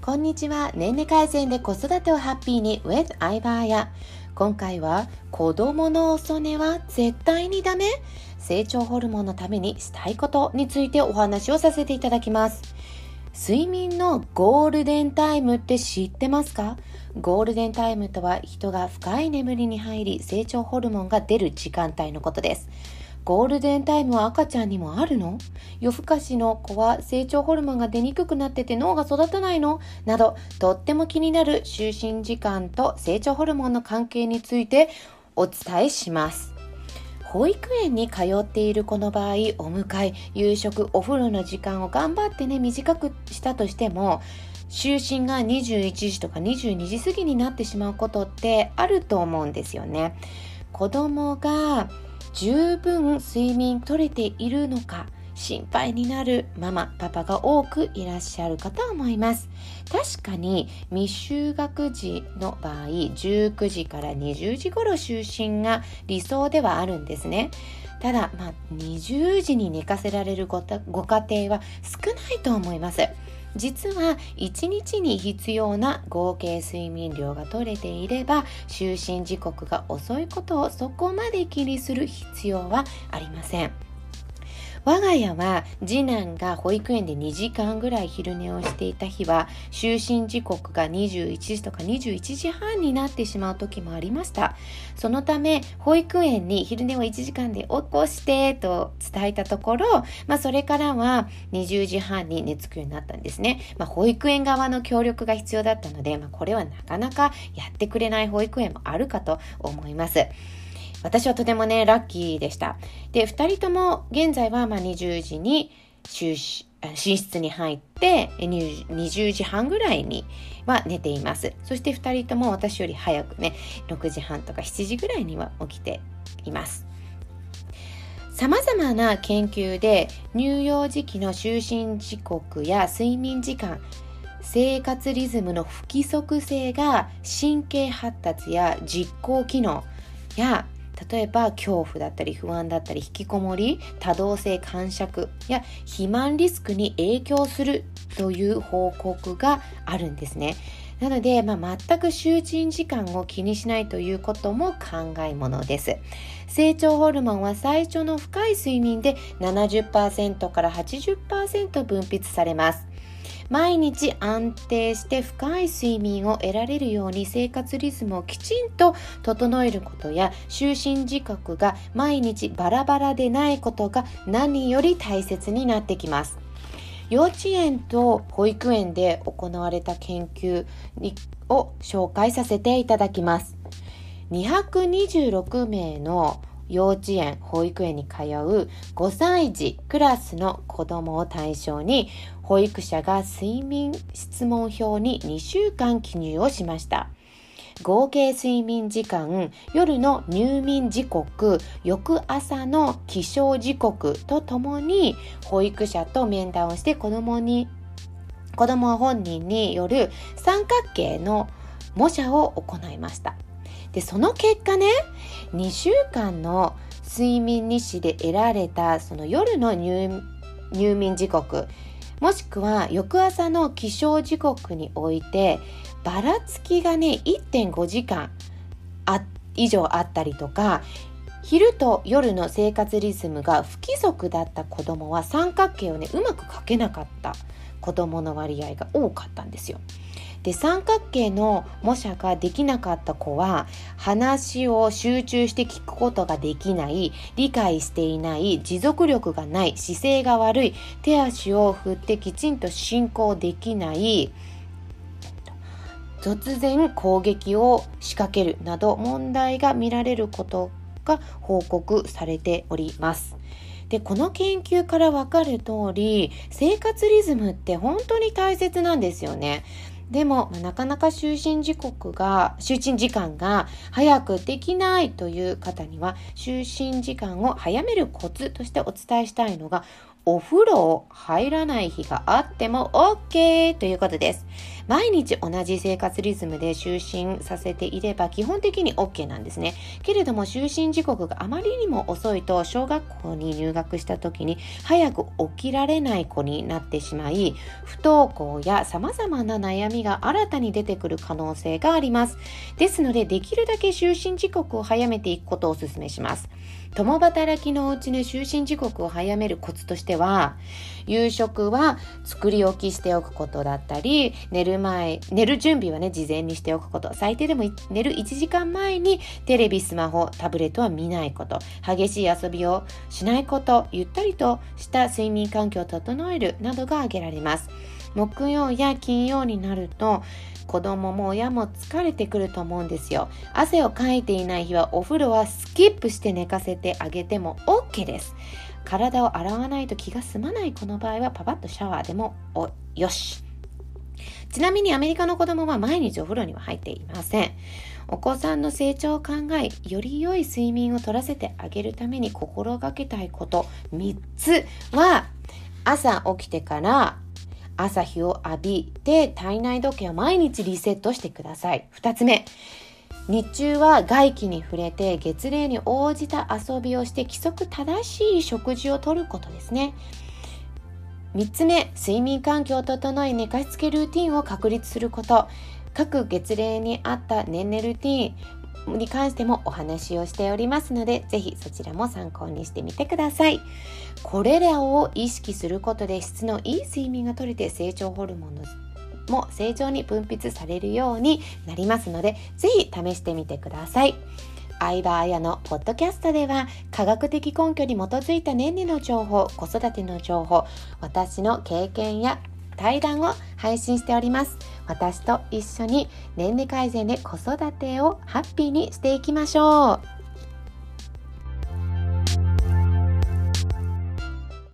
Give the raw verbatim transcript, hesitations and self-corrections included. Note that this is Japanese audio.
こんにちは。年齢改善で子育てをハッピーに with 相葉彩。今回は子供のおそ寝は絶対にダメ？成長ホルモンのためにしたいことについてお話をさせていただきます。睡眠のゴールデンタイムって知ってますか？ゴールデンタイムとは人が深い眠りに入り成長ホルモンが出る時間帯のことです。ゴールデンタイムは赤ちゃんにもあるの？夜更かしの子は成長ホルモンが出にくくなってて脳が育たないの？など、とっても気になる就寝時間と成長ホルモンの関係についてお伝えします。保育園に通っている子の場合、お迎え、夕食、お風呂の時間を頑張ってね短くしたとしても、就寝がにじゅういちじとかにじゅうにじ過ぎになってしまうことってあると思うんですよね。子供が十分睡眠取れているのか心配になるママパパが多くいらっしゃるかと思います。確かに未就学児の場合じゅうくじからにじゅうじ頃就寝が理想ではあるんですね。ただ、まあ、にじゅうじに寝かせられるごたご家庭は少ないと思います。実はいちにちに必要な合計睡眠量が取れていれば就寝時刻が遅いことをそこまで気にする必要はありません。我が家は次男が保育園でにじかんぐらい昼寝をしていた日は就寝時刻がにじゅういちじとかにじゅういちじはんになってしまう時もありました。そのため保育園に昼寝をいちじかんで起こしてと伝えたところ、まあ、それからはにじゅうじはんに寝つくようになったんですね。まあ、保育園側の協力が必要だったので、まあ、これはなかなかやってくれない保育園もあるかと思います。私はとてもねラッキーでした。で、ふたりとも現在はまあにじゅうじに就寝室に入ってにじゅうじはんぐらいには寝ています。そしてふたりとも私より早くねろくじはんとかしちじぐらいには起きています。様々な研究で乳幼児期の就寝時刻や睡眠時間、生活リズムの不規則性が神経発達や実行機能や例えば恐怖だったり不安だったり引きこもり、多動性間酌や肥満リスクに影響するという報告があるんですね。なので、まあ、全く就寝時間を気にしないということも考えものです。成長ホルモンは最初の深い睡眠で ななじゅっパーセント から はちじゅっパーセント 分泌されます。毎日安定して深い睡眠を得られるように生活リズムをきちんと整えることや就寝時刻が毎日バラバラでないことが何より大切になってきます。幼稚園と保育園で行われた研究を紹介させていただきます。にひゃくにじゅうろくめいの幼稚園、保育園に通うごさい児クラスの子どもを対象に保育者が睡眠質問票ににしゅうかん記入をしました。合計睡眠時間、夜の入眠時刻、翌朝の起床時刻とともに保育者と面談をして子どもに子ども本人による三角形の模写を行いました。で、その結果ね、にしゅうかんの睡眠日誌で得られたその夜の 入, 入眠時刻もしくは翌朝の起床時刻においてばらつきがね いってんごじかんあ以上あったりとか、昼と夜の生活リズムが不規則だった子どもは三角形をねうまく描けなかった子どもの割合が多かったんですよ。で、三角形の模写ができなかった子は話を集中して聞くことができない、理解していない、持続力がない、姿勢が悪い、手足を振ってきちんと進行できない、突然攻撃を仕掛けるなど問題が見られることが報告されております。で、この研究から分かる通り、生活リズムって本当に大切なんですよね。でも、まあ、なかなか就寝時刻が、就寝時間が早くできないという方には、就寝時間を早めるコツとしてお伝えしたいのが、 お風呂入らない日があっても OK ということです。毎日同じ生活リズムで就寝させていれば基本的に OK なんですね。けれども就寝時刻があまりにも遅いと小学校に入学した時に早く起きられない子になってしまい、不登校や様々な悩みが新たに出てくる可能性があります。ですのでできるだけ就寝時刻を早めていくことをお勧めします。共働きのうちの就寝時刻を早めるコツとしては、夕食は作り置きしておくことだったり、寝る前、寝る準備はね、事前にしておくこと。最低でも寝るいちじかんまえにテレビ、スマホ、タブレットは見ないこと。激しい遊びをしないこと。ゆったりとした睡眠環境を整えるなどが挙げられます。木曜や金曜になると子供も親も疲れてくると思うんですよ。汗をかいていない日はお風呂はスキップして寝かせてあげても OK です。体を洗わないと気が済まない子の場合はパパッとシャワーでもおよし。ちなみにアメリカの子供は毎日お風呂には入っていません。お子さんの成長を考え、より良い睡眠をとらせてあげるために心がけたいことみっつは、朝起きてから朝日を浴びて体内時計を毎日リセットしてください。ふたつめ、日中は外気に触れて月齢に応じた遊びをして規則正しい食事をとることですね。みっつめ、睡眠環境を整え寝かしつけルーティンを確立すること。各月齢に合った年齢ルーティンに関してもお話をしておりますので、ぜひそちらも参考にしてみてください。これらを意識することで質のいい睡眠がとれて成長ホルモンのも正常に分泌されるようになりますので、ぜひ試してみてください。相葉彩のポッドキャストでは科学的根拠に基づいた年齢の情報、子育ての情報、私の経験や対談を配信しております。私と一緒に年齢改善で子育てをハッピーにしていきましょう。